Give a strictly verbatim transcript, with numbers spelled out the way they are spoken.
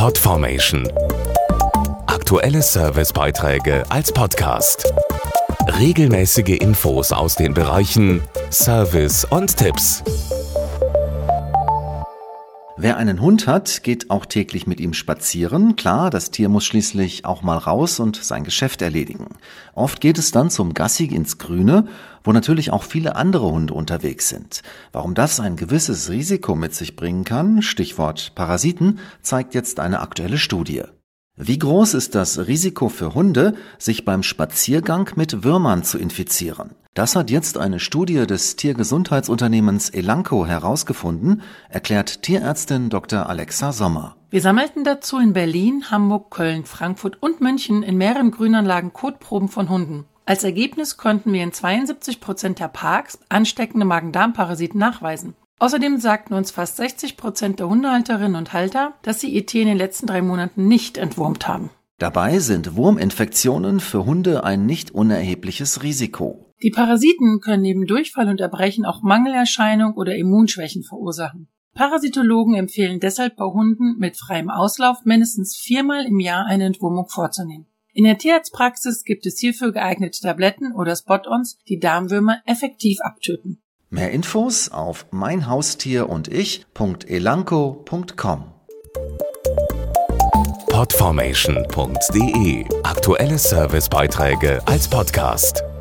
Podformation. Aktuelle Servicebeiträge als Podcast. Regelmäßige Infos aus den Bereichen Service und Tipps. Wer einen Hund hat, geht auch täglich mit ihm spazieren. Klar, das Tier muss schließlich auch mal raus und sein Geschäft erledigen. Oft geht es dann zum Gassi ins Grüne, wo natürlich auch viele andere Hunde unterwegs sind. Warum das ein gewisses Risiko mit sich bringen kann, Stichwort Parasiten, zeigt jetzt eine aktuelle Studie. Wie groß ist das Risiko für Hunde, sich beim Spaziergang mit Würmern zu infizieren? Das hat jetzt eine Studie des Tiergesundheitsunternehmens Elanco herausgefunden, erklärt Tierärztin Doktor Alexa Sommer. Wir sammelten dazu in Berlin, Hamburg, Köln, Frankfurt und München in mehreren Grünanlagen Kotproben von Hunden. Als Ergebnis konnten wir in zweiundsiebzig Prozent der Parks ansteckende Magen-Darm-Parasiten nachweisen. Außerdem sagten uns fast sechzig Prozent der Hundehalterinnen und Halter, dass sie ihr Tier in den letzten drei Monaten nicht entwurmt haben. Dabei sind Wurminfektionen für Hunde ein nicht unerhebliches Risiko. Die Parasiten können neben Durchfall und Erbrechen auch Mangelerscheinung oder Immunschwächen verursachen. Parasitologen empfehlen deshalb bei Hunden mit freiem Auslauf mindestens viermal im Jahr eine Entwurmung vorzunehmen. In der Tierarztpraxis gibt es hierfür geeignete Tabletten oder Spot-ons, die Darmwürmer effektiv abtöten. Mehr Infos auf mein Haustier und ich punkt elanco punkt com. Podformation punkt de. Aktuelle Servicebeiträge als Podcast.